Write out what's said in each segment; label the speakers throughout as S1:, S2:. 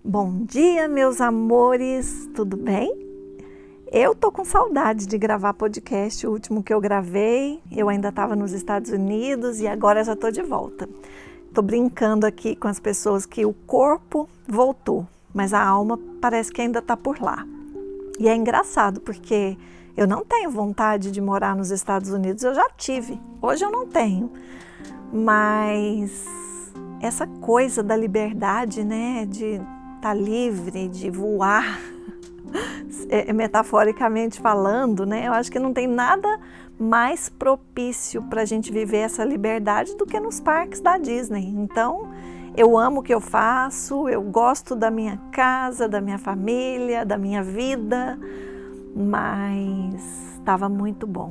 S1: Bom dia, meus amores, tudo bem? Eu tô com saudade de gravar podcast, o último que eu gravei, eu ainda estava nos Estados Unidos e agora já tô de volta. Tô brincando aqui com as pessoas que o corpo voltou, mas a alma parece que ainda tá por lá. E é engraçado porque eu não tenho vontade de morar nos Estados Unidos, eu já tive, hoje eu não tenho, mas essa coisa da liberdade, né, de estar livre, de voar, metaforicamente falando, né? Eu acho que não tem nada mais propício para a gente viver essa liberdade do que nos parques da Disney. Então, eu amo o que eu faço, eu gosto da minha casa, da minha família, da minha vida, mas estava muito bom.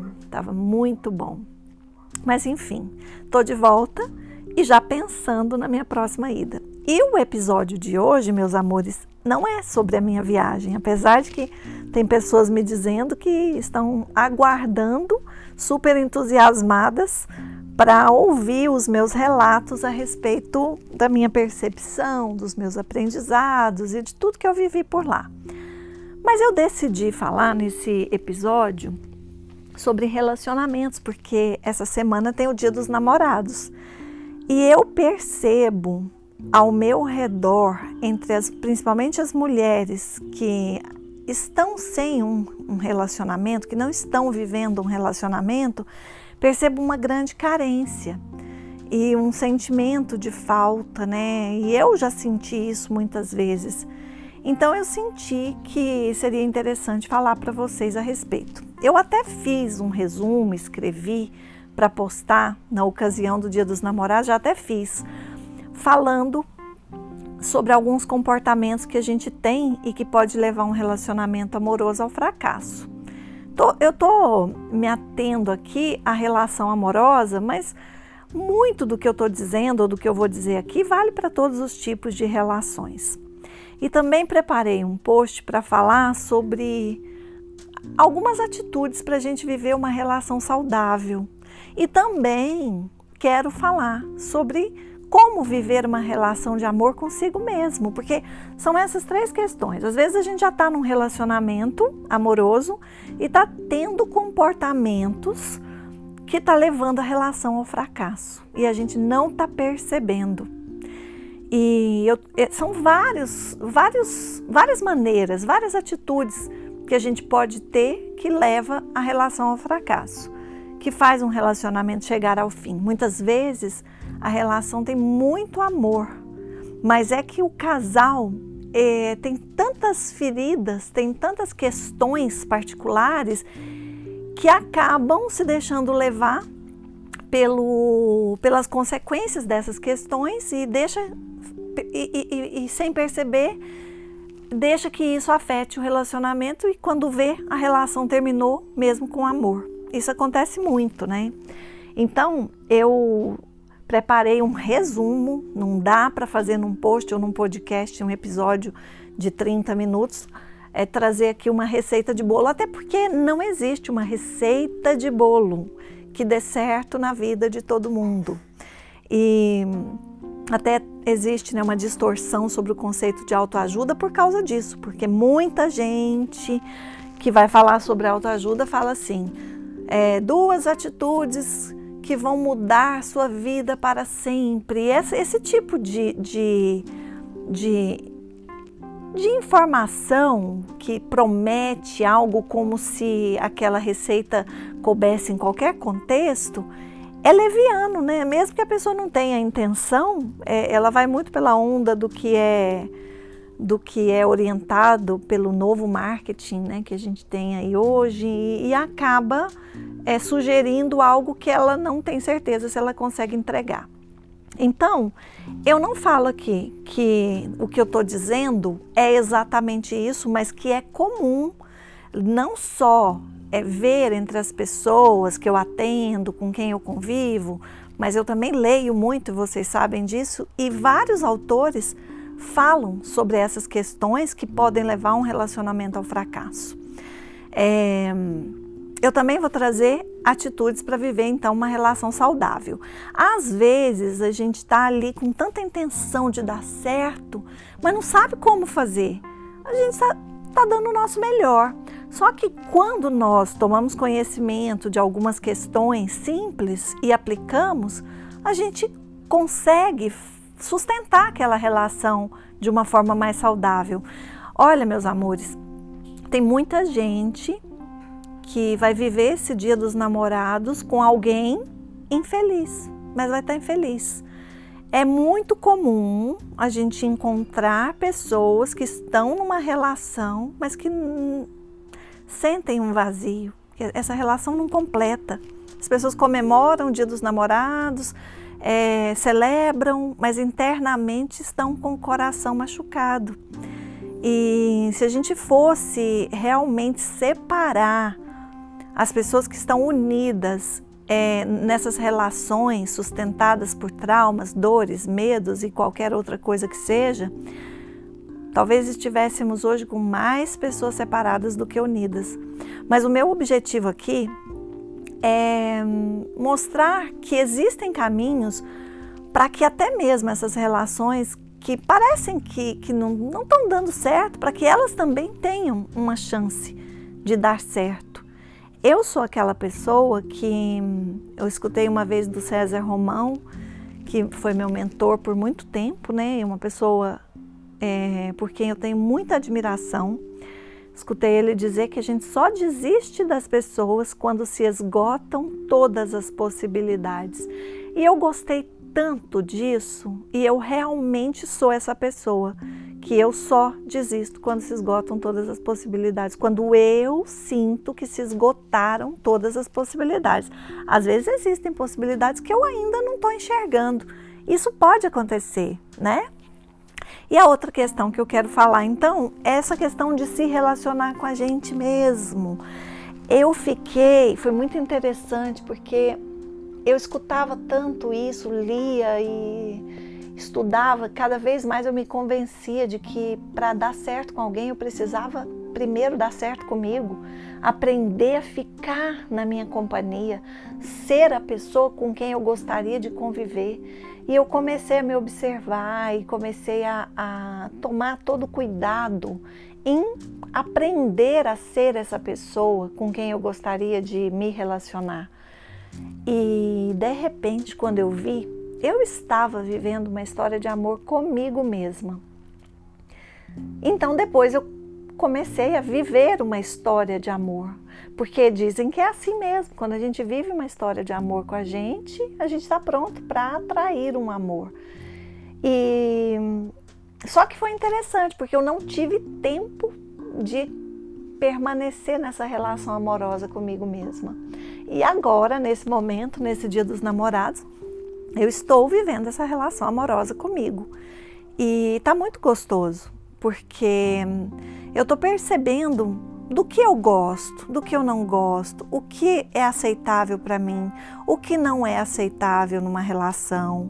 S1: Mas enfim, estou de volta e já pensando na minha próxima ida. E o episódio de hoje, meus amores, não é sobre a minha viagem, apesar de que tem pessoas me dizendo que estão aguardando, super entusiasmadas, para ouvir os meus relatos a respeito da minha percepção, dos meus aprendizados e de tudo que eu vivi por lá. Mas eu decidi falar nesse episódio sobre relacionamentos, porque essa semana tem o Dia dos Namorados. E eu percebo ao meu redor, principalmente as mulheres que estão sem um relacionamento, que não estão vivendo um relacionamento, percebo uma grande carência e um sentimento de falta, né? E eu já senti isso muitas vezes. Então eu senti que seria interessante falar para vocês a respeito. Eu até fiz um resumo, escrevi para postar na ocasião do Dia dos Namorados, já até fiz, falando sobre alguns comportamentos que a gente tem e que pode levar um relacionamento amoroso ao fracasso. Eu estou me atendo aqui à relação amorosa, mas muito do que eu estou dizendo ou do que eu vou dizer aqui vale para todos os tipos de relações. E também preparei um post para falar sobre algumas atitudes para a gente viver uma relação saudável. E também quero falar sobre como viver uma relação de amor consigo mesmo, porque são essas três questões. Às vezes a gente já está num relacionamento amoroso e está tendo comportamentos que está levando a relação ao fracasso e a gente não está percebendo. São várias maneiras, várias atitudes que a gente pode ter que leva a relação ao fracasso, que faz um relacionamento chegar ao fim. Muitas vezes a relação tem muito amor, mas é que o casal tem tantas feridas, tem tantas questões particulares que acabam se deixando levar pelas consequências dessas questões e sem perceber, deixa que isso afete o relacionamento e quando vê, a relação terminou mesmo com amor. Isso acontece muito, né? Então, eu preparei um resumo, não dá para fazer num post ou num podcast, um episódio de 30 minutos, trazer aqui uma receita de bolo, até porque não existe uma receita de bolo que dê certo na vida de todo mundo. E até existe, né, uma distorção sobre o conceito de autoajuda por causa disso, porque muita gente que vai falar sobre autoajuda fala assim, 2 atitudes que vão mudar sua vida para sempre. Esse tipo de informação que promete algo como se aquela receita coubesse em qualquer contexto, é leviano, né? Mesmo que a pessoa não tenha a intenção, ela vai muito pela onda do que é orientado pelo novo marketing, né, que a gente tem aí hoje e acaba sugerindo algo que ela não tem certeza se ela consegue entregar. Então, eu não falo aqui que o que eu estou dizendo é exatamente isso, mas que é comum não só ver entre as pessoas que eu atendo, com quem eu convivo, mas eu também leio muito, vocês sabem disso, e vários autores falam sobre essas questões que podem levar um relacionamento ao fracasso. eu também vou trazer atitudes para viver, então, uma relação saudável. Às vezes, a gente está ali com tanta intenção de dar certo, mas não sabe como fazer. A gente está dando o nosso melhor. Só que quando nós tomamos conhecimento de algumas questões simples e aplicamos, a gente consegue sustentar aquela relação de uma forma mais saudável. Olha, meus amores, tem muita gente que vai viver esse Dia dos Namorados com alguém infeliz, mas vai estar infeliz. É muito comum a gente encontrar pessoas que estão numa relação, mas que sentem um vazio, que essa relação não completa. As pessoas comemoram o Dia dos Namorados, celebram, mas internamente estão com o coração machucado. E se a gente fosse realmente separar as pessoas que estão unidas nessas relações sustentadas por traumas, dores, medos e qualquer outra coisa que seja, talvez estivéssemos hoje com mais pessoas separadas do que unidas. Mas o meu objetivo aqui é mostrar que existem caminhos para que até mesmo essas relações que parecem que não estão dando certo, para que elas também tenham uma chance de dar certo. Eu sou aquela pessoa que eu escutei uma vez do César Romão, que foi meu mentor por muito tempo, né? Uma pessoa por quem eu tenho muita admiração. Escutei ele dizer que a gente só desiste das pessoas quando se esgotam todas as possibilidades. E eu gostei tanto disso, e eu realmente sou essa pessoa, que eu só desisto quando se esgotam todas as possibilidades, quando eu sinto que se esgotaram todas as possibilidades. Às vezes existem possibilidades que eu ainda não estou enxergando. Isso pode acontecer, né? E a outra questão que eu quero falar, então, é essa questão de se relacionar com a gente mesmo. Foi muito interessante, porque eu escutava tanto isso, lia e estudava, cada vez mais eu me convencia de que para dar certo com alguém eu precisava primeiro dar certo comigo, aprender a ficar na minha companhia, ser a pessoa com quem eu gostaria de conviver. E eu comecei a me observar e comecei a tomar todo o cuidado em aprender a ser essa pessoa com quem eu gostaria de me relacionar. E de repente, quando eu vi, eu estava vivendo uma história de amor comigo mesma. Então depois eu comecei a viver uma história de amor, porque dizem que é assim mesmo, quando a gente vive uma história de amor com a gente está pronto para atrair um amor. E só que foi interessante, porque eu não tive tempo de permanecer nessa relação amorosa comigo mesma. E agora, nesse momento, nesse Dia dos Namorados, eu estou vivendo essa relação amorosa comigo. E está muito gostoso, porque eu estou percebendo do que eu gosto, do que eu não gosto, o que é aceitável para mim, o que não é aceitável numa relação,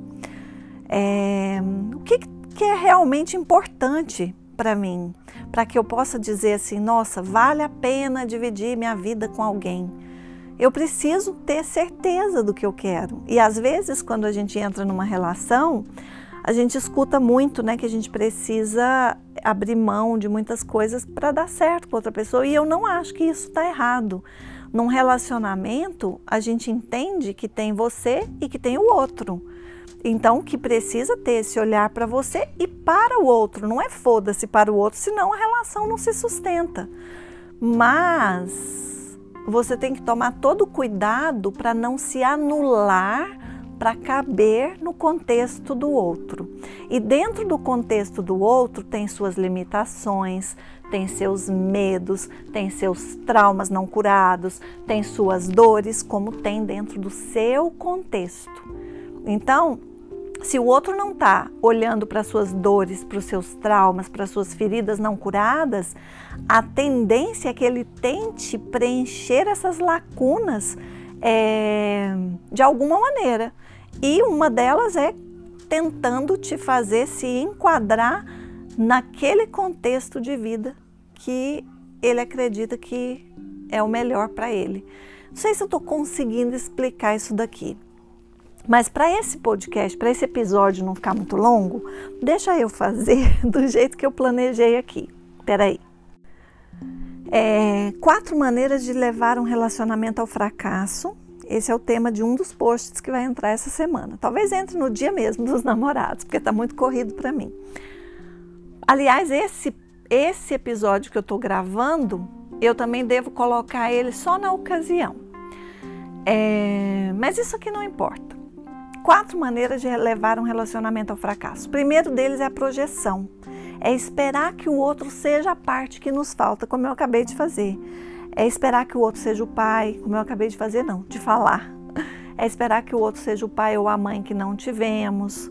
S1: o que é realmente importante para mim, para que eu possa dizer assim, nossa, vale a pena dividir minha vida com alguém. Eu preciso ter certeza do que eu quero. E às vezes, quando a gente entra numa relação, a gente escuta muito, né, que a gente precisa abrir mão de muitas coisas para dar certo com outra pessoa. E eu não acho que isso está errado. Num relacionamento, a gente entende que tem você e que tem o outro. Então, que precisa ter esse olhar para você e para o outro. Não é foda-se para o outro, senão a relação não se sustenta. Mas você tem que tomar todo o cuidado para não se anular para caber no contexto do outro. E dentro do contexto do outro tem suas limitações, tem seus medos, tem seus traumas não curados, tem suas dores, como tem dentro do seu contexto. Então, se o outro não está olhando para suas dores, para os seus traumas, para suas feridas não curadas, a tendência é que ele tente preencher essas lacunas de alguma maneira. E uma delas é tentando te fazer se enquadrar naquele contexto de vida que ele acredita que é o melhor para ele. Não sei se eu estou conseguindo explicar isso daqui. Mas para esse podcast, para esse episódio não ficar muito longo, deixa eu fazer do jeito que eu planejei aqui. Peraí. 4 maneiras de levar um relacionamento ao fracasso. Esse é o tema de um dos posts que vai entrar essa semana. Talvez entre no dia mesmo dos namorados, porque está muito corrido para mim. Aliás, esse episódio que eu estou gravando, eu também devo colocar ele só na ocasião. Mas isso aqui não importa. 4 maneiras de levar um relacionamento ao fracasso. O primeiro deles é a projeção. É esperar que o outro seja a parte que nos falta, como eu acabei de fazer. É esperar que o outro seja o pai, como eu acabei de fazer, não, de falar. É esperar que o outro seja o pai ou a mãe que não tivemos.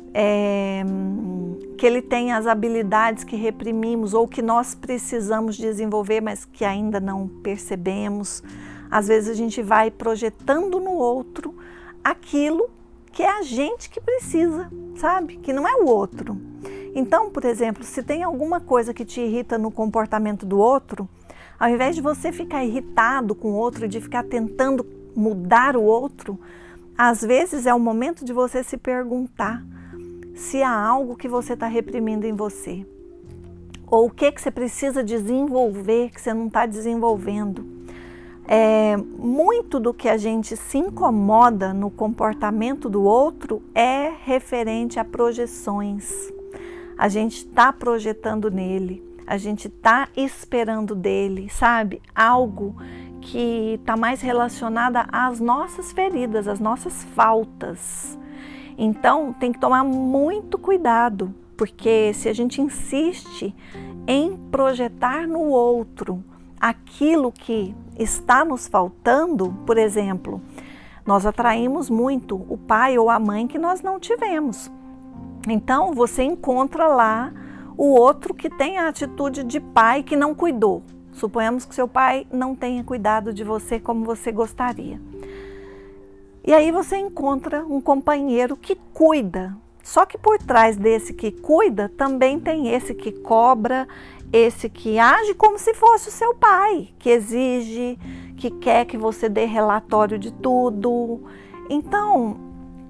S1: Que ele tenha as habilidades que reprimimos ou que nós precisamos desenvolver, mas que ainda não percebemos. Às vezes a gente vai projetando no outro aquilo que é a gente que precisa, sabe? Que não é o outro. Então, por exemplo, se tem alguma coisa que te irrita no comportamento do outro, ao invés de você ficar irritado com o outro e de ficar tentando mudar o outro, às vezes é o momento de você se perguntar se há algo que você está reprimindo em você. Ou o que você precisa desenvolver que você não está desenvolvendo. Muito do que a gente se incomoda no comportamento do outro é referente a projeções. A gente está projetando nele, a gente está esperando dele, sabe? Algo que está mais relacionado às nossas feridas, às nossas faltas. Então, tem que tomar muito cuidado, porque se a gente insiste em projetar no outro aquilo que está nos faltando, por exemplo, nós atraímos muito o pai ou a mãe que nós não tivemos. Então, você encontra lá o outro que tem a atitude de pai que não cuidou. Suponhamos que seu pai não tenha cuidado de você como você gostaria. E aí você encontra um companheiro que cuida. Só que por trás desse que cuida, também tem esse que cobra, esse que age como se fosse o seu pai, que exige, que quer que você dê relatório de tudo. Então,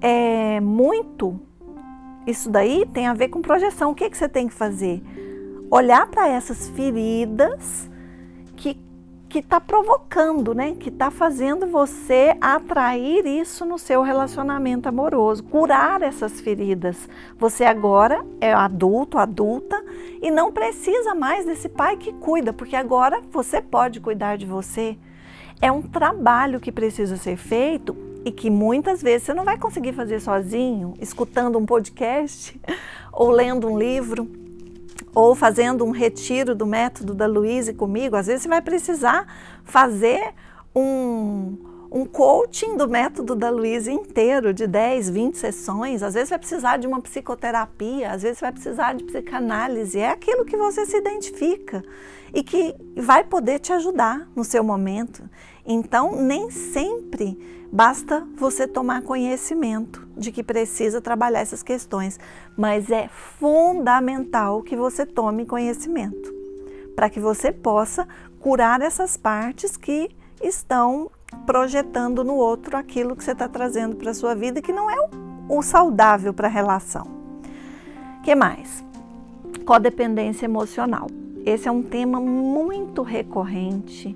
S1: isso daí tem a ver com projeção. O que você tem que fazer? Olhar para essas feridas que está provocando, né? Que está fazendo você atrair isso no seu relacionamento amoroso. Curar essas feridas. Você agora é adulto, adulta e não precisa mais desse pai que cuida, porque agora você pode cuidar de você. É um trabalho que precisa ser feito e que muitas vezes você não vai conseguir fazer sozinho, escutando um podcast ou lendo um livro, ou fazendo um retiro do método da Louise comigo. Às vezes você vai precisar fazer um coaching do método da Louise inteiro, de 10, 20 sessões. Às vezes vai precisar de uma psicoterapia, às vezes vai precisar de psicanálise. É aquilo que você se identifica e que vai poder te ajudar no seu momento. Então, nem sempre basta você tomar conhecimento de que precisa trabalhar essas questões, mas é fundamental que você tome conhecimento para que você possa curar essas partes que estão projetando no outro aquilo que você está trazendo para a sua vida, que não é o saudável para a relação. O que mais? Codependência emocional. Esse é um tema muito recorrente.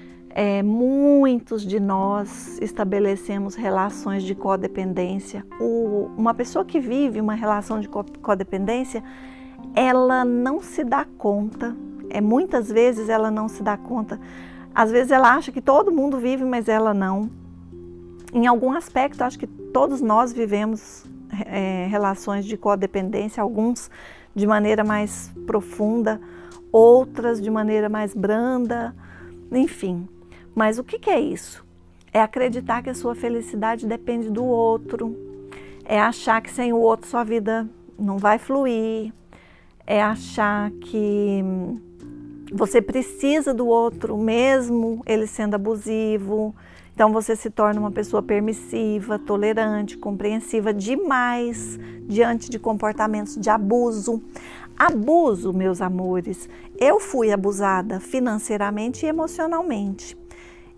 S1: Muitos de nós estabelecemos relações de codependência. Uma pessoa que vive uma relação de codependência, ela não se dá conta. Muitas vezes ela não se dá conta. Às vezes ela acha que todo mundo vive, mas ela não. Em algum aspecto, acho que todos nós vivemos relações de codependência, alguns de maneira mais profunda, outras de maneira mais branda, enfim. Mas o que é isso? É acreditar que a sua felicidade depende do outro, é achar que sem o outro sua vida não vai fluir, é achar que você precisa do outro mesmo ele sendo abusivo. Então você se torna uma pessoa permissiva, tolerante, compreensiva demais diante de comportamentos de abuso. Abuso, meus amores, eu fui abusada financeiramente e emocionalmente.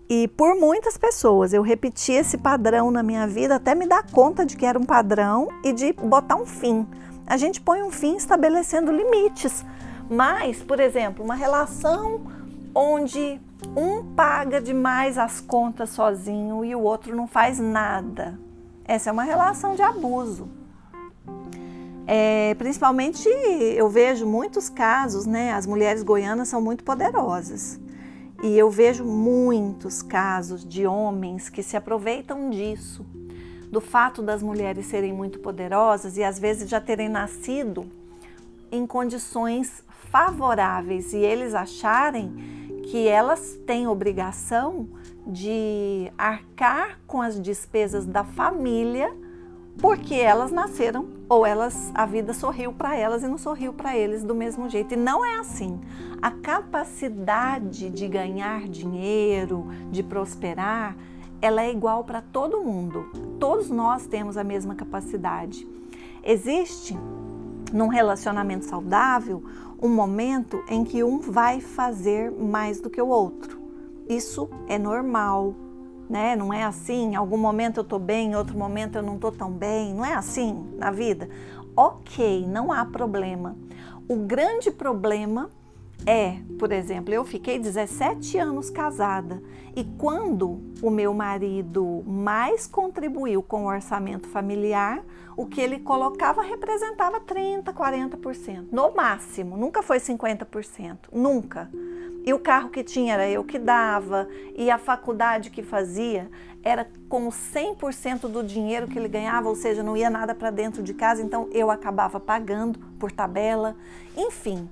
S1: E por muitas pessoas, eu repeti esse padrão na minha vida até me dar conta de que era um padrão e de botar um fim. A gente põe um fim estabelecendo limites. Mas, por exemplo, uma relação onde um paga demais as contas sozinho e o outro não faz nada. Essa é uma relação de abuso. Principalmente eu vejo muitos casos, né? As mulheres goianas são muito poderosas. E eu vejo muitos casos de homens que se aproveitam disso, do fato das mulheres serem muito poderosas e às vezes já terem nascido em condições favoráveis e eles acharem que elas têm obrigação de arcar com as despesas da família porque elas nasceram ou a vida sorriu para elas e não sorriu para eles do mesmo jeito. E não é assim. A capacidade de ganhar dinheiro, de prosperar, ela é igual para todo mundo. Todos nós temos a mesma capacidade. Existe, num relacionamento saudável, um momento em que um vai fazer mais do que o outro. Isso é normal. Né? Não é assim, em algum momento eu estou bem, em outro momento eu não estou tão bem, não é assim na vida? Ok, não há problema. O grande problema é, por exemplo, eu fiquei 17 anos casada e quando o meu marido mais contribuiu com o orçamento familiar, o que ele colocava representava 30%, 40%, no máximo, nunca foi 50%, nunca. E o carro que tinha era eu que dava, e a faculdade que fazia era com 100% do dinheiro que ele ganhava, ou seja, não ia nada para dentro de casa, então eu acabava pagando por tabela. Enfim,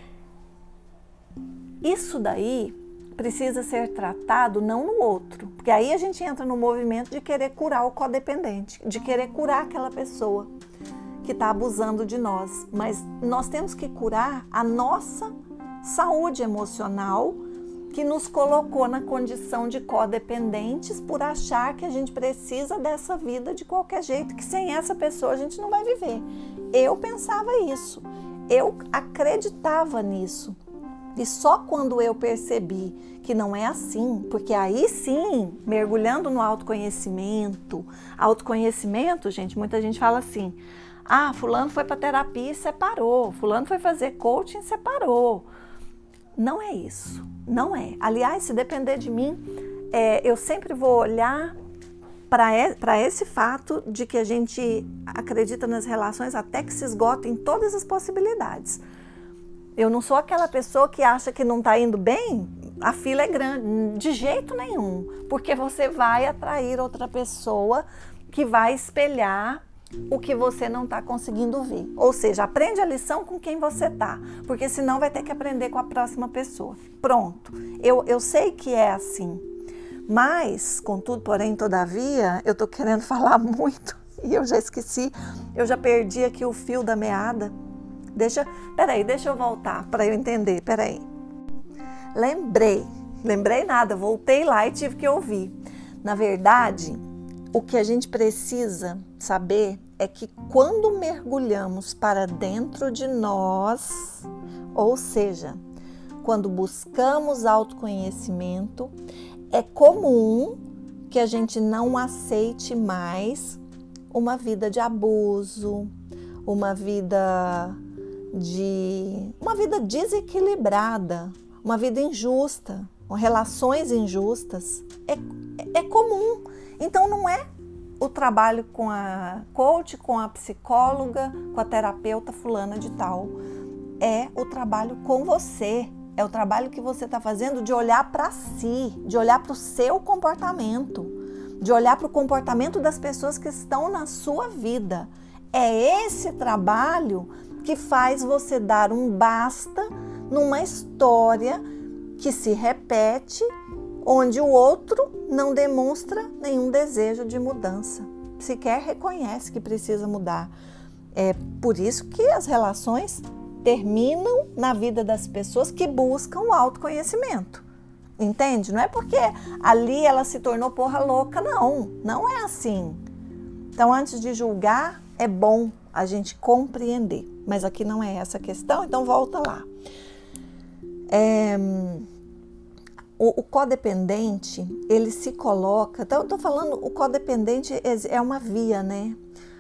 S1: isso daí precisa ser tratado não no outro, porque aí a gente entra no movimento de querer curar o codependente, de querer curar aquela pessoa que está abusando de nós, mas nós temos que curar a nossa saúde emocional que nos colocou na condição de codependentes por achar que a gente precisa dessa vida de qualquer jeito, que sem essa pessoa a gente não vai viver. Eu pensava isso, eu acreditava nisso. E só quando eu percebi que não é assim, porque aí sim, mergulhando no autoconhecimento, gente, muita gente fala assim, fulano foi para terapia e separou, fulano foi fazer coaching e separou. Não é isso, não é. Aliás, se depender de mim, eu sempre vou olhar para esse fato de que a gente acredita nas relações até que se esgotem todas as possibilidades. Eu não sou aquela pessoa que acha que não está indo bem, a fila é grande, de jeito nenhum, porque você vai atrair outra pessoa que vai espelhar o que você não está conseguindo ver. Ou seja, aprende a lição com quem você está, porque senão vai ter que aprender com a próxima pessoa. Pronto, eu sei que é assim, mas, contudo, porém, todavia, eu estou querendo falar muito e eu já esqueci, eu já perdi aqui o fio da meada. Deixa eu voltar para eu entender, Lembrei nada, voltei lá e tive que ouvir. Na verdade, o que a gente precisa saber é que quando mergulhamos para dentro de nós, ou seja, quando buscamos autoconhecimento, é comum que a gente não aceite mais uma vida de abuso, uma vida desequilibrada, uma vida injusta, com relações injustas. É comum. Então não é o trabalho com a coach, com a psicóloga, com a terapeuta fulana de tal. É o trabalho com você. É o trabalho que você está fazendo de olhar para si, de olhar para o seu comportamento, de olhar para o comportamento das pessoas que estão na sua vida. É esse trabalho que faz você dar um basta numa história que se repete, onde o outro não demonstra nenhum desejo de mudança, sequer reconhece que precisa mudar. É por isso que as relações terminam na vida das pessoas que buscam o autoconhecimento. Entende? Não é porque ali ela se tornou porra louca, não é assim. Então, antes de julgar, é bom a gente compreender, mas aqui não é essa a questão, então volta lá. O codependente, ele se coloca... Então, eu estou falando, o codependente é uma via, né?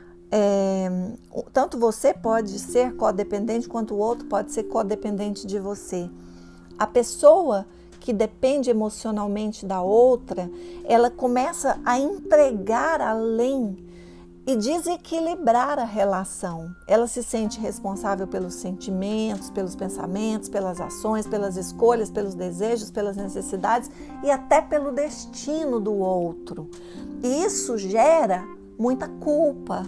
S1: Tanto você pode ser codependente, quanto o outro pode ser codependente de você. A pessoa que depende emocionalmente da outra, ela começa a entregar além e desequilibrar a relação. Ela se sente responsável pelos sentimentos, pelos pensamentos, pelas ações, pelas escolhas, pelos desejos, pelas necessidades e até pelo destino do outro. E isso gera muita culpa,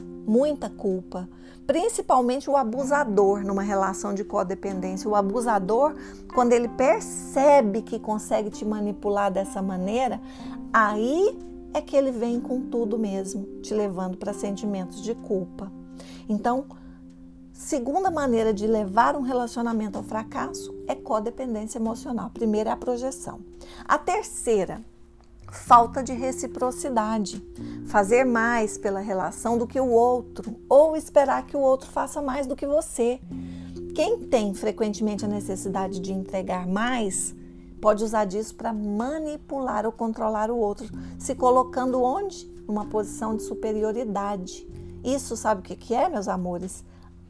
S1: principalmente o abusador numa relação de codependência. O abusador, quando ele percebe que consegue te manipular dessa maneira, aí é que ele vem com tudo mesmo, te levando para sentimentos de culpa. Então, segunda maneira de levar um relacionamento ao fracasso é codependência emocional. A primeira é a projeção. A terceira, falta de reciprocidade. Fazer mais pela relação do que o outro, ou esperar que o outro faça mais do que você. Quem tem frequentemente a necessidade de entregar mais, pode usar disso para manipular ou controlar o outro, se colocando onde? Numa posição de superioridade. Isso sabe o que é, meus amores?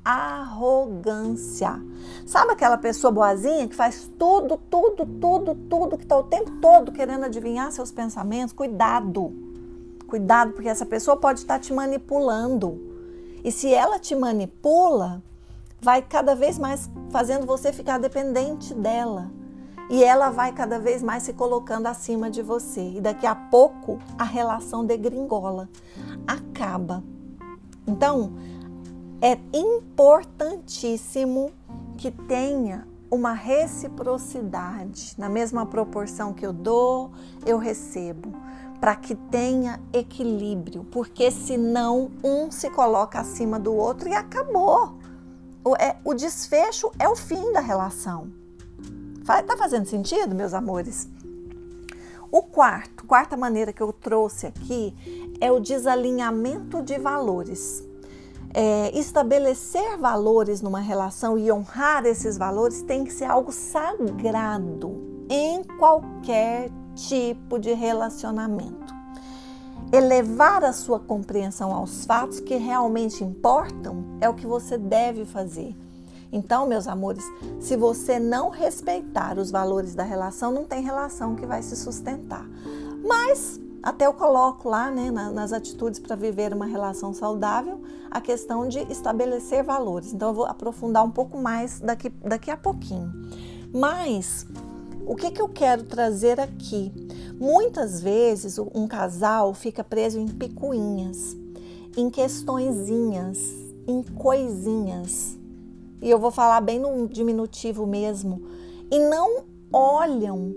S1: Arrogância. Sabe aquela pessoa boazinha que faz tudo, que está o tempo todo querendo adivinhar seus pensamentos? Cuidado, porque essa pessoa pode estar te manipulando. E se ela te manipula, vai cada vez mais fazendo você ficar dependente dela. E ela vai cada vez mais se colocando acima de você. E daqui a pouco a relação degringola, acaba. Então, é importantíssimo que tenha uma reciprocidade. Na mesma proporção que eu dou, eu recebo. Para que tenha equilíbrio. Porque senão um se coloca acima do outro e acabou. O desfecho é o fim da relação. Tá fazendo sentido, meus amores? Quarta maneira que eu trouxe aqui é o desalinhamento de valores. Estabelecer valores numa relação e honrar esses valores tem que ser algo sagrado em qualquer tipo de relacionamento. Elevar a sua compreensão aos fatos que realmente importam é o que você deve fazer. Então, meus amores, se você não respeitar os valores da relação, não tem relação que vai se sustentar. Mas, até eu coloco lá, né, nas atitudes para viver uma relação saudável, a questão de estabelecer valores. Então, eu vou aprofundar um pouco mais daqui a pouquinho. Mas, o que eu quero trazer aqui? Muitas vezes, um casal fica preso em picuinhas, em questõezinhas, em coisinhas. E eu vou falar bem no diminutivo mesmo, e não olham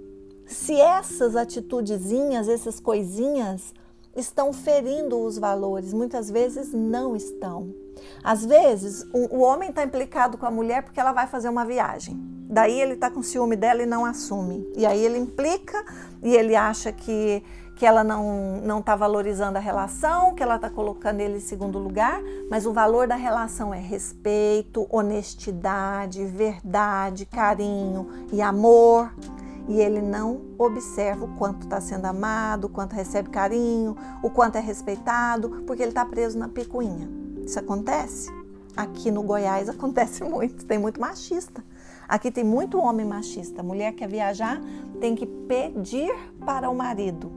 S1: se essas atitudezinhas, essas coisinhas estão ferindo os valores. Muitas vezes não estão. Às vezes o homem está implicado com a mulher porque ela vai fazer uma viagem. Daí ele está com ciúme dela e não assume. E aí ele implica e ele acha que ela não está valorizando a relação, que ela está colocando ele em segundo lugar, mas o valor da relação é respeito, honestidade, verdade, carinho e amor. E ele não observa o quanto está sendo amado, o quanto recebe carinho, o quanto é respeitado, porque ele está preso na picuinha. Isso acontece? Aqui no Goiás acontece muito, tem muito machista. Aqui tem muito homem machista. A mulher quer viajar, tem que pedir para o marido.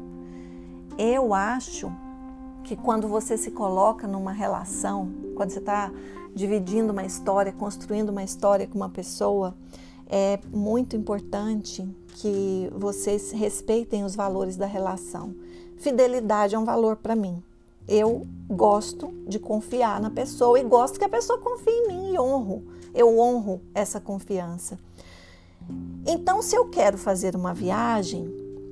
S1: Eu acho que quando você se coloca numa relação, quando você está dividindo uma história, construindo uma história com uma pessoa, é muito importante que vocês respeitem os valores da relação. Fidelidade é um valor para mim. Eu gosto de confiar na pessoa e gosto que a pessoa confie em mim e honro. Eu honro essa confiança. Então, se eu quero fazer uma viagem,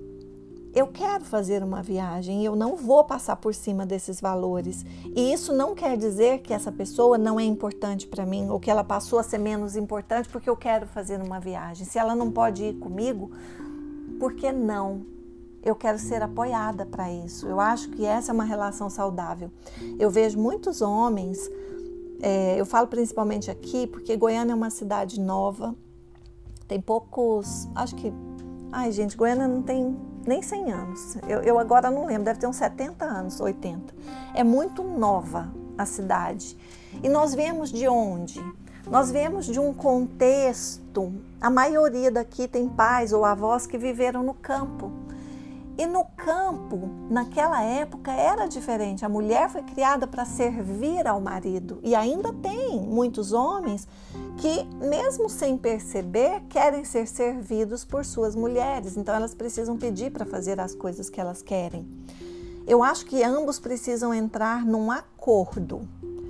S1: e eu não vou passar por cima desses valores. E isso não quer dizer que essa pessoa não é importante para mim ou que ela passou a ser menos importante porque eu quero fazer uma viagem. Se ela não pode ir comigo, por que não? Eu quero ser apoiada para isso. Eu acho que essa é uma relação saudável. Eu vejo muitos homens, eu falo principalmente aqui, porque Goiânia é uma cidade nova, tem poucos, acho que Ai, gente, Goiânia não tem nem 100 anos. Eu agora não lembro, deve ter uns 70 anos, 80. É muito nova a cidade. E nós viemos de onde? Nós viemos de um contexto, a maioria daqui tem pais ou avós que viveram no campo. E no campo, naquela época, era diferente. A mulher foi criada para servir ao marido. E ainda tem muitos homens que, mesmo sem perceber, querem ser servidos por suas mulheres. Então, elas precisam pedir para fazer as coisas que elas querem. Eu acho que ambos precisam entrar num acordo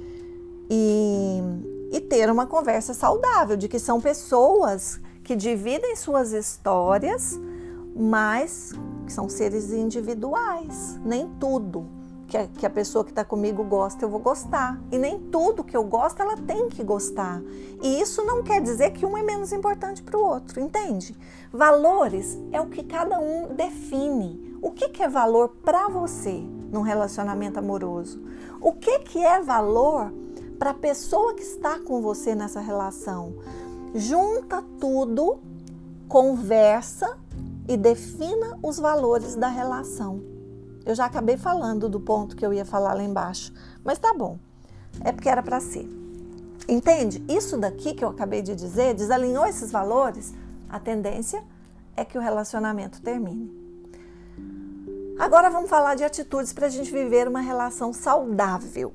S1: e ter uma conversa saudável, de que são pessoas que dividem suas histórias, mas que são seres individuais. Nem tudo que a pessoa que está comigo gosta, eu vou gostar. E nem tudo que eu gosto, ela tem que gostar. E isso não quer dizer que um é menos importante para o outro, entende? Valores é o que cada um define. O que é valor para você num relacionamento amoroso? O que é valor para a pessoa que está com você nessa relação? Junta tudo, conversa e defina os valores da relação. Eu já acabei falando do ponto que eu ia falar lá embaixo, mas tá bom, é porque era para ser. Entende? Isso daqui que eu acabei de dizer, desalinhou esses valores, a tendência é que o relacionamento termine. Agora vamos falar de atitudes para a gente viver uma relação saudável.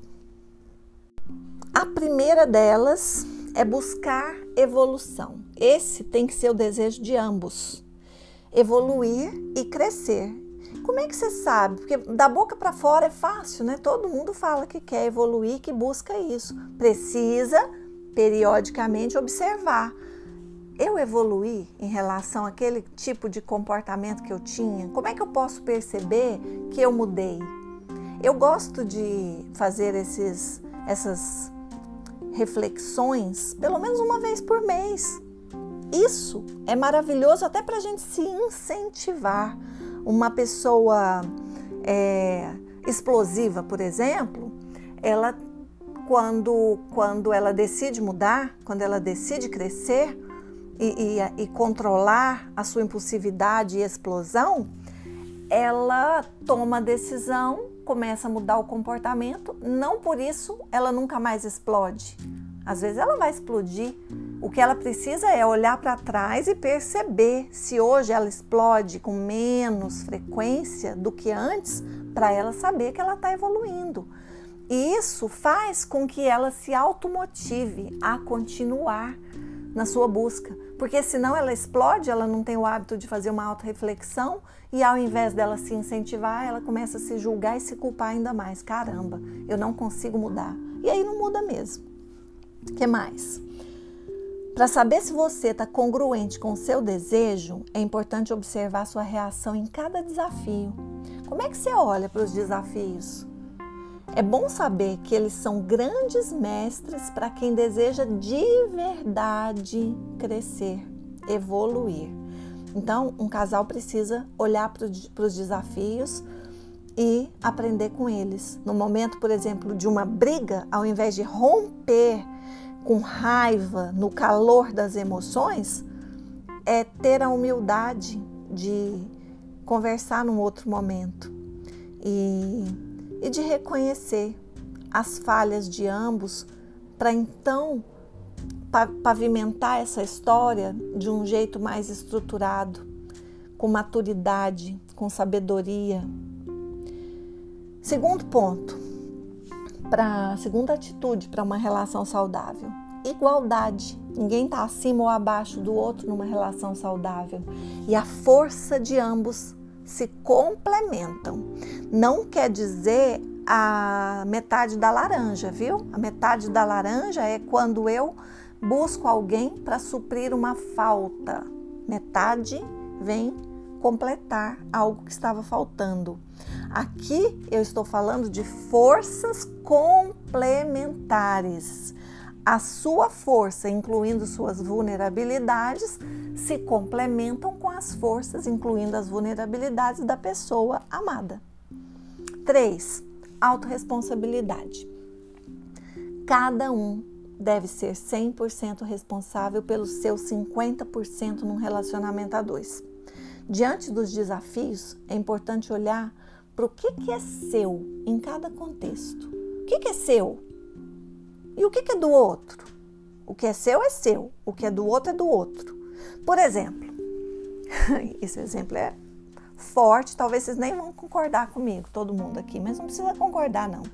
S1: A primeira delas é buscar evolução. Esse tem que ser o desejo de ambos. Evoluir e crescer. Como é que você sabe? Porque da boca para fora é fácil, né? Todo mundo fala que quer evoluir, que busca isso. Precisa periodicamente observar. Eu evoluí em relação àquele tipo de comportamento que eu tinha? Como é que eu posso perceber que eu mudei? Eu gosto de fazer essas reflexões pelo menos uma vez por mês. Isso é maravilhoso até para a gente se incentivar. Uma pessoa explosiva, por exemplo, ela quando ela decide mudar, quando ela decide crescer e controlar a sua impulsividade e explosão, ela toma a decisão, começa a mudar o comportamento, não por isso ela nunca mais explode. Às vezes ela vai explodir. O que ela precisa é olhar para trás e perceber se hoje ela explode com menos frequência do que antes, para ela saber que ela está evoluindo. E isso faz com que ela se automotive a continuar na sua busca. Porque senão ela explode, ela não tem o hábito de fazer uma autorreflexão e ao invés dela se incentivar, ela começa a se julgar e se culpar ainda mais. Caramba, eu não consigo mudar. E aí não muda mesmo. O que mais? Para saber se você está congruente com o seu desejo, é importante observar sua reação em cada desafio. Como é que você olha para os desafios? É bom saber que eles são grandes mestres para quem deseja de verdade crescer, evoluir. Então, um casal precisa olhar para os desafios e aprender com eles. No momento, por exemplo, de uma briga, ao invés de romper com raiva, no calor das emoções, é ter a humildade de conversar num outro momento e de reconhecer as falhas de ambos para então pavimentar essa história de um jeito mais estruturado, com maturidade, com sabedoria. Segundo ponto, segunda atitude para uma relação saudável: igualdade. Ninguém está acima ou abaixo do outro numa relação saudável. E a força de ambos se complementam. Não quer dizer a metade da laranja, viu? A metade da laranja é quando eu busco alguém para suprir uma falta. Metade vem completar algo que estava faltando. Aqui eu estou falando de forças complementares. A sua força, incluindo suas vulnerabilidades, se complementam com as forças, incluindo as vulnerabilidades da pessoa amada. 3. Autorresponsabilidade. Cada um deve ser 100% responsável pelos seus 50% num relacionamento a dois. Diante dos desafios, é importante olhar para o que é seu em cada contexto. O que é seu? E o que é do outro? O que é seu, o que é do outro é do outro. Por exemplo, esse exemplo é forte, talvez vocês nem vão concordar comigo, todo mundo aqui, mas não precisa concordar não.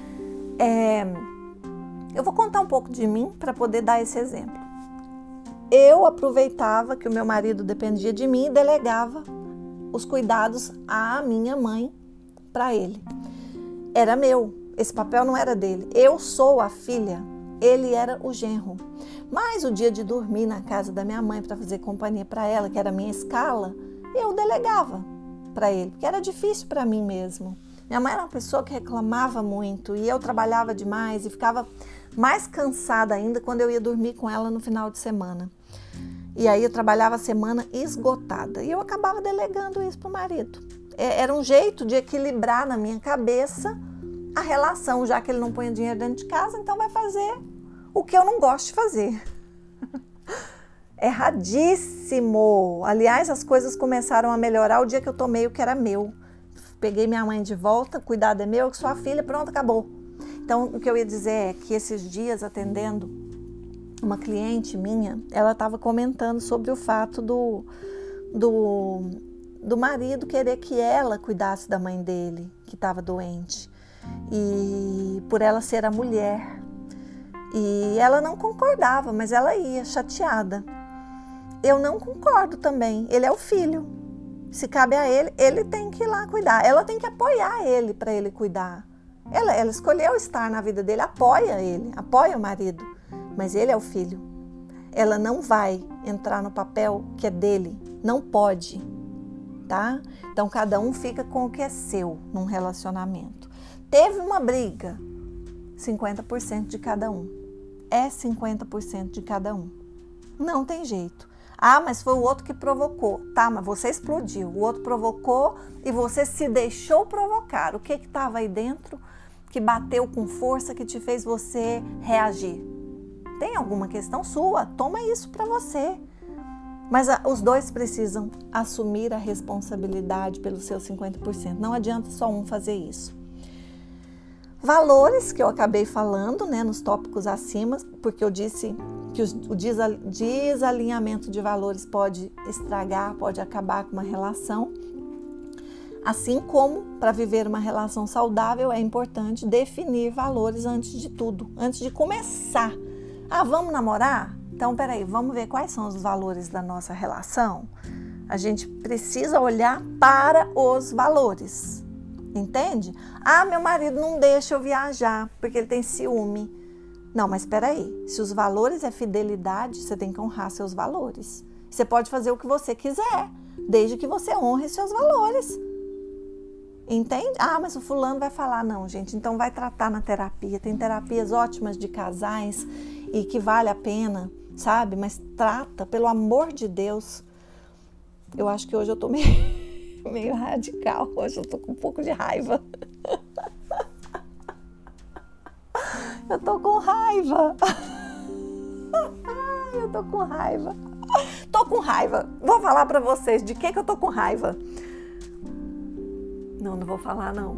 S1: Eu vou contar um pouco de mim para poder dar esse exemplo. Eu aproveitava que o meu marido dependia de mim e delegava os cuidados à minha mãe para ele. Era meu, esse papel não era dele. Eu sou a filha, ele era o genro. Mas o dia de dormir na casa da minha mãe para fazer companhia para ela, que era a minha escala, eu delegava para ele, porque era difícil para mim mesmo. Minha mãe era uma pessoa que reclamava muito e eu trabalhava demais e ficava mais cansada ainda quando eu ia dormir com ela no final de semana. E aí eu trabalhava a semana esgotada e eu acabava delegando isso para o marido. Era um jeito de equilibrar na minha cabeça a relação, já que ele não põe dinheiro dentro de casa, então vai fazer o que eu não gosto de fazer. Erradíssimo! Aliás, as coisas começaram a melhorar o dia que eu tomei o que era meu. Peguei minha mãe de volta, cuidado é meu, que sou a filha, pronto, acabou. Então, o que eu ia dizer é que esses dias, atendendo uma cliente minha, ela estava comentando sobre o fato do marido querer que ela cuidasse da mãe dele, que estava doente, e por ela ser a mulher. E ela não concordava, mas ela ia chateada. Eu não concordo também, ele é o filho. Se cabe a ele, ele tem que ir lá cuidar. Ela tem que apoiar ele para ele cuidar. Ela escolheu estar na vida dele, apoia ele, apoia o marido. Mas ele é o filho. Ela não vai entrar no papel que é dele. Não pode, tá? Então, cada um fica com o que é seu num relacionamento. Teve uma briga, 50% de cada um. É 50% de cada um. Não tem jeito. Ah, mas foi o outro que provocou. Tá, mas você explodiu. O outro provocou e você se deixou provocar. O que estava aí dentro que bateu com força, que te fez você reagir? Tem alguma questão sua? Toma isso para você. Mas os dois precisam assumir a responsabilidade pelos seus 50%. Não adianta só um fazer isso. Valores, que eu acabei falando, né, nos tópicos acima, porque eu disse que o desalinhamento de valores pode estragar, pode acabar com uma relação. Assim como, para viver uma relação saudável, é importante definir valores antes de tudo, antes de começar. Ah, vamos namorar? Então, peraí, vamos ver quais são os valores da nossa relação? A gente precisa olhar para os valores, entende? Ah, meu marido não deixa eu viajar porque ele tem ciúme. Não, mas peraí, se os valores é fidelidade, você tem que honrar seus valores. Você pode fazer o que você quiser, desde que você honre seus valores. Entende? Ah, mas o fulano vai falar. Não, gente, então vai tratar na terapia. Tem terapias ótimas de casais e que vale a pena, sabe? Mas trata, pelo amor de Deus. Eu acho que hoje eu tô meio radical. Hoje eu tô com um pouco de raiva. Eu tô com raiva. Eu tô com raiva. Tô com raiva. Vou falar pra vocês de que eu tô com raiva. Não vou falar, não.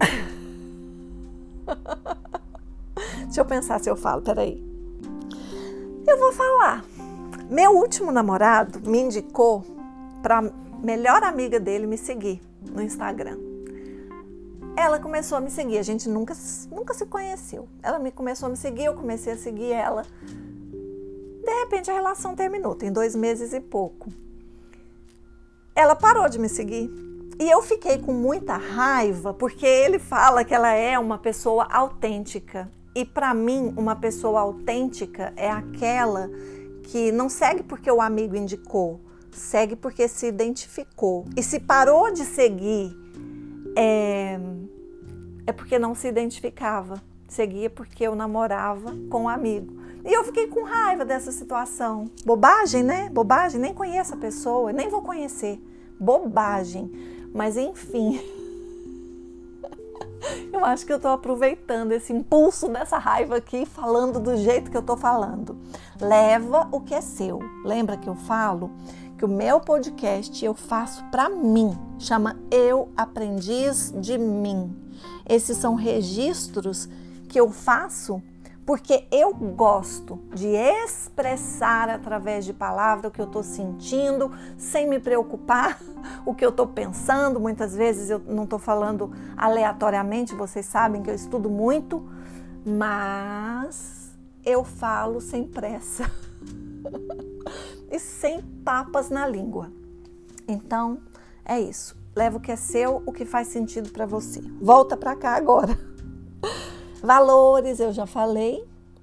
S1: Deixa eu pensar se eu falo, peraí. Eu vou falar. Meu último namorado me indicou pra melhor amiga dele me seguir no Instagram. Ela começou a me seguir, a gente nunca se conheceu. Ela começou a me seguir, eu comecei a seguir ela. De repente a relação terminou, tem 2 meses e pouco. Ela parou de me seguir e eu fiquei com muita raiva porque ele fala que ela é uma pessoa autêntica. E para mim, uma pessoa autêntica é aquela que não segue porque o amigo indicou, segue porque se identificou. E se parou de seguir, é porque não se identificava. Seguia porque eu namorava com um amigo. E eu fiquei com raiva dessa situação. Bobagem, né? Bobagem. Nem conheço a pessoa, nem vou conhecer. Bobagem. Mas enfim. Eu acho que eu estou aproveitando esse impulso dessa raiva aqui, falando do jeito que eu estou falando. Leva o que é seu. Lembra que eu falo que o meu podcast eu faço para mim, chama Eu Aprendiz de Mim. Esses são registros que eu faço porque eu gosto de expressar através de palavra o que eu estou sentindo, sem me preocupar o que eu estou pensando. Muitas vezes eu não estou falando aleatoriamente, vocês sabem que eu estudo muito, mas eu falo sem pressa e sem papas na língua. Então, é isso. Leva o que é seu, o que faz sentido para você. Volta para cá agora. Valores, eu já falei.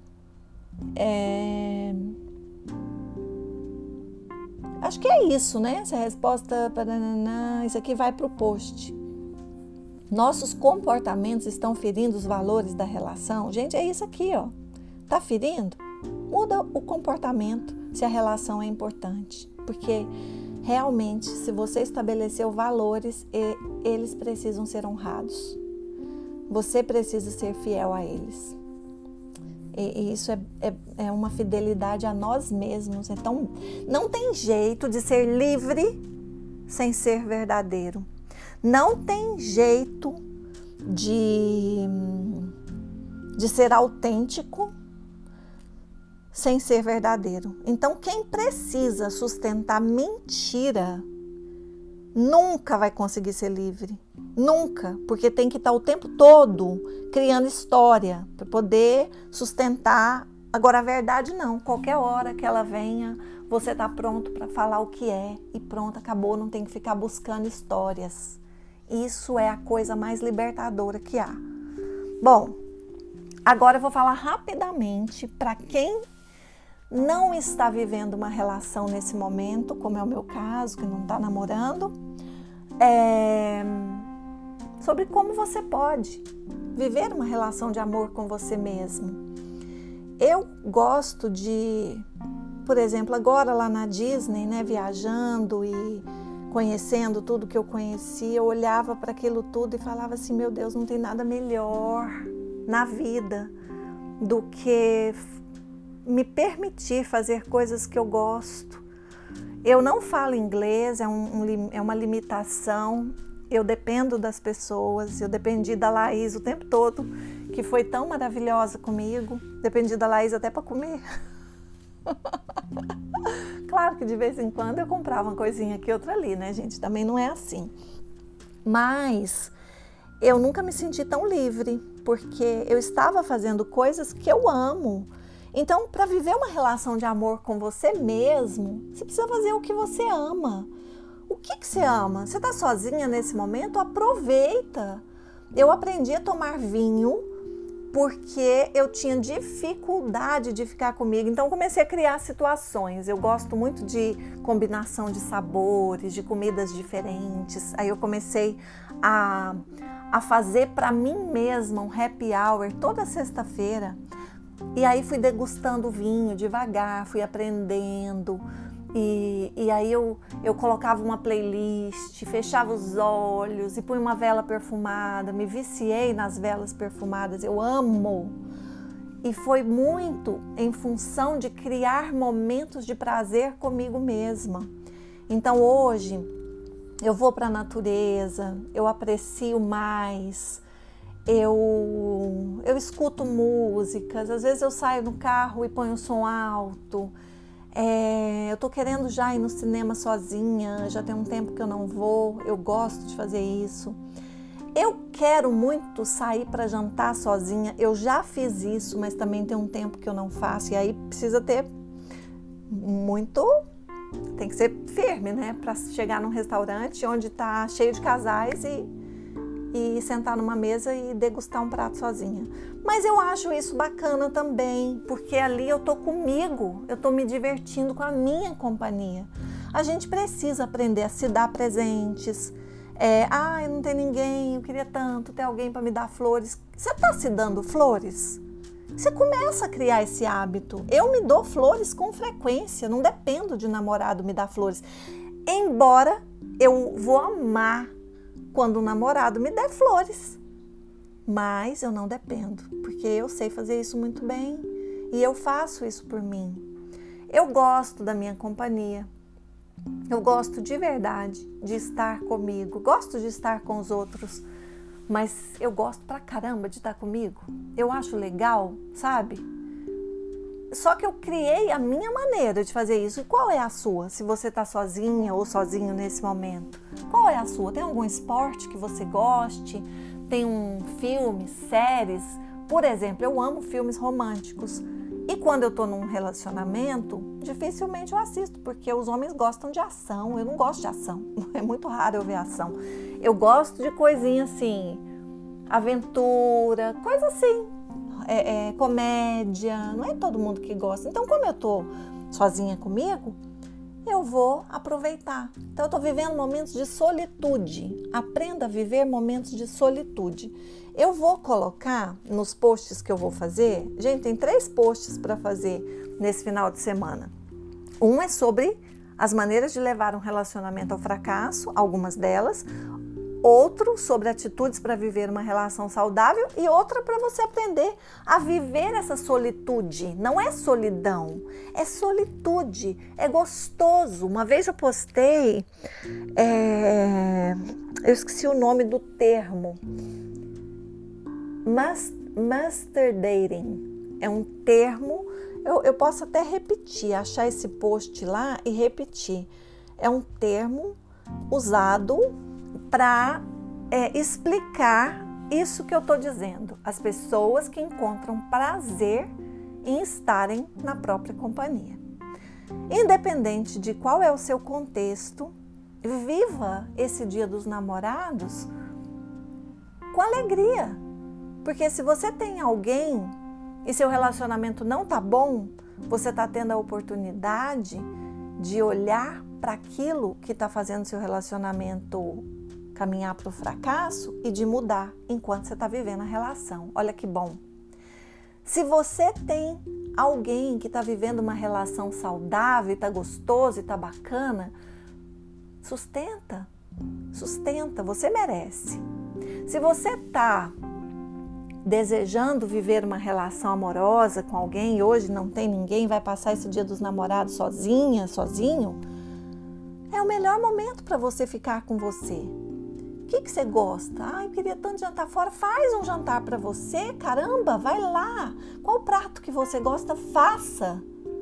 S1: Acho que é isso, né? Essa resposta, isso aqui vai para o post. Nossos comportamentos estão ferindo os valores da relação? Gente, é isso aqui, ó. Tá ferindo? Muda o comportamento se a relação é importante. Porque realmente, se você estabeleceu valores, eles precisam ser honrados. Você precisa ser fiel a eles. E isso é uma fidelidade a nós mesmos. Então, não tem jeito de ser livre sem ser verdadeiro. Não tem jeito de ser autêntico sem ser verdadeiro. Então, quem precisa sustentar mentira nunca vai conseguir ser livre. Nunca, porque tem que estar o tempo todo criando história para poder sustentar. Agora, a verdade não. Qualquer hora que ela venha, você está pronto para falar o que é e pronto, acabou. Não tem que ficar buscando histórias. Isso é a coisa mais libertadora que há. Bom, agora eu vou falar rapidamente para quem não está vivendo uma relação nesse momento, como é o meu caso, que não está namorando, sobre como você pode viver uma relação de amor com você mesmo. Eu gosto de, por exemplo, agora lá na Disney, né, viajando e conhecendo tudo que eu conhecia, eu olhava para aquilo tudo e falava assim, meu Deus, não tem nada melhor na vida do que me permitir fazer coisas que eu gosto. Eu não falo inglês, é uma limitação. Eu dependo das pessoas, eu dependi da Laís o tempo todo, que foi tão maravilhosa comigo. Dependi da Laís até para comer. Claro que de vez em quando eu comprava uma coisinha aqui, outra ali, né, gente? Também não é assim. Mas eu nunca me senti tão livre, porque eu estava fazendo coisas que eu amo. Então, para viver uma relação de amor com você mesmo, você precisa fazer o que você ama. O que você ama? Você está sozinha nesse momento? Aproveita. Eu aprendi a tomar vinho porque eu tinha dificuldade de ficar comigo. Então, comecei a criar situações. Eu gosto muito de combinação de sabores, de comidas diferentes. Aí eu comecei a fazer para mim mesma um happy hour toda sexta-feira. E aí fui degustando o vinho devagar, fui aprendendo. E aí eu colocava uma playlist, fechava os olhos e punha uma vela perfumada, me viciei nas velas perfumadas, eu amo. E foi muito em função de criar momentos de prazer comigo mesma. Então hoje eu vou para a natureza, eu aprecio mais, eu escuto músicas, às vezes eu saio no carro e ponho o som alto. Eu tô querendo já ir no cinema sozinha, já tem um tempo que eu não vou, eu gosto de fazer isso. Eu quero muito sair para jantar sozinha, eu já fiz isso, mas também tem um tempo que eu não faço, e aí precisa ter tem que ser firme, né, para chegar num restaurante onde tá cheio de casais e sentar numa mesa e degustar um prato sozinha. Mas eu acho isso bacana também, porque ali eu tô comigo, eu tô me divertindo com a minha companhia. A gente precisa aprender a se dar presentes. Eu não tenho ninguém, eu queria tanto ter alguém para me dar flores. Você tá se dando flores? Você começa a criar esse hábito. Eu me dou flores com frequência, não dependo de namorado me dar flores. Embora eu vou amar quando o namorado me der flores, mas eu não dependo, porque eu sei fazer isso muito bem e eu faço isso por mim. Eu gosto da minha companhia, Eu gosto de verdade de estar comigo, gosto de estar com os outros, mas eu gosto pra caramba de estar comigo. Eu acho legal, sabe? Só que eu criei a minha maneira de fazer isso. E qual é a sua? Se você está sozinha ou sozinho nesse momento, qual é a sua? Tem algum esporte que você goste? Tem um filme, séries? Por exemplo, eu amo filmes românticos. E quando eu estou num relacionamento, dificilmente eu assisto, porque os homens gostam de ação. Eu não gosto de ação. É muito raro eu ver ação. Eu gosto de coisinha assim, aventura, coisa assim. Comédia, não é todo mundo que gosta. Então, como eu tô sozinha comigo, eu vou aproveitar. Então, eu tô vivendo momentos de solitude. Aprenda a viver momentos de solitude. Eu vou colocar nos posts que eu vou fazer. Gente, tem 3 posts para fazer nesse final de semana. Um é sobre as maneiras de levar um relacionamento ao fracasso, algumas delas. Outro sobre atitudes para viver uma relação saudável e outra para você aprender a viver essa solitude. Não é solidão, é solitude, é gostoso. Uma vez eu postei, eu esqueci o nome do termo, master dating. É um termo, eu posso até repetir, achar esse post lá e repetir. É um termo usado para explicar isso que eu estou dizendo. As pessoas que encontram prazer em estarem na própria companhia. Independente de qual é o seu contexto, viva esse Dia dos Namorados com alegria. Porque se você tem alguém e seu relacionamento não está bom, você está tendo a oportunidade de olhar para aquilo que está fazendo seu relacionamento caminhar para o fracasso e de mudar enquanto você está vivendo a relação. Olha que bom. Se você tem alguém que está vivendo uma relação saudável, está gostoso e está bacana, sustenta, você merece. Se você está desejando viver uma relação amorosa com alguém e hoje não tem ninguém, vai passar esse Dia dos Namorados sozinho, é o melhor momento para você ficar com você. O que você gosta? Eu queria tanto jantar fora. Faz um jantar para você, caramba, vai lá. Qual prato que você gosta? Faça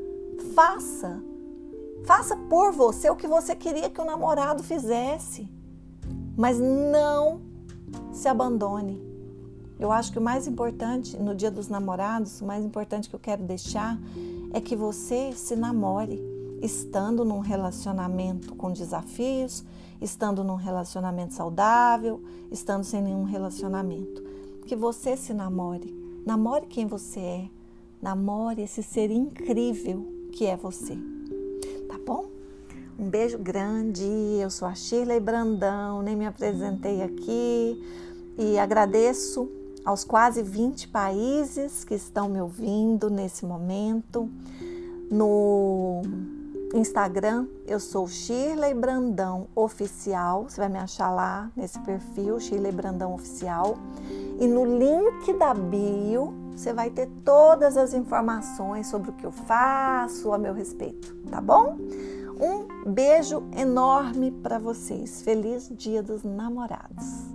S1: por você o que você queria que o namorado fizesse. Mas não se abandone. Eu acho que o mais importante no Dia dos Namorados, o mais importante que eu quero deixar é que você se namore, estando num relacionamento com desafios, estando num relacionamento saudável, estando sem nenhum relacionamento. Que você se namore quem você é, namore esse ser incrível que é você. Tá bom? Um beijo grande, eu sou a Shirley Brandão, nem me apresentei aqui e agradeço aos quase 20 países que estão me ouvindo nesse momento. No Instagram, eu sou Shirley Brandão Oficial, você vai me achar lá nesse perfil, Shirley Brandão Oficial. E no link da bio, você vai ter todas as informações sobre o que eu faço a meu respeito, tá bom? Um beijo enorme para vocês. Feliz Dia dos Namorados!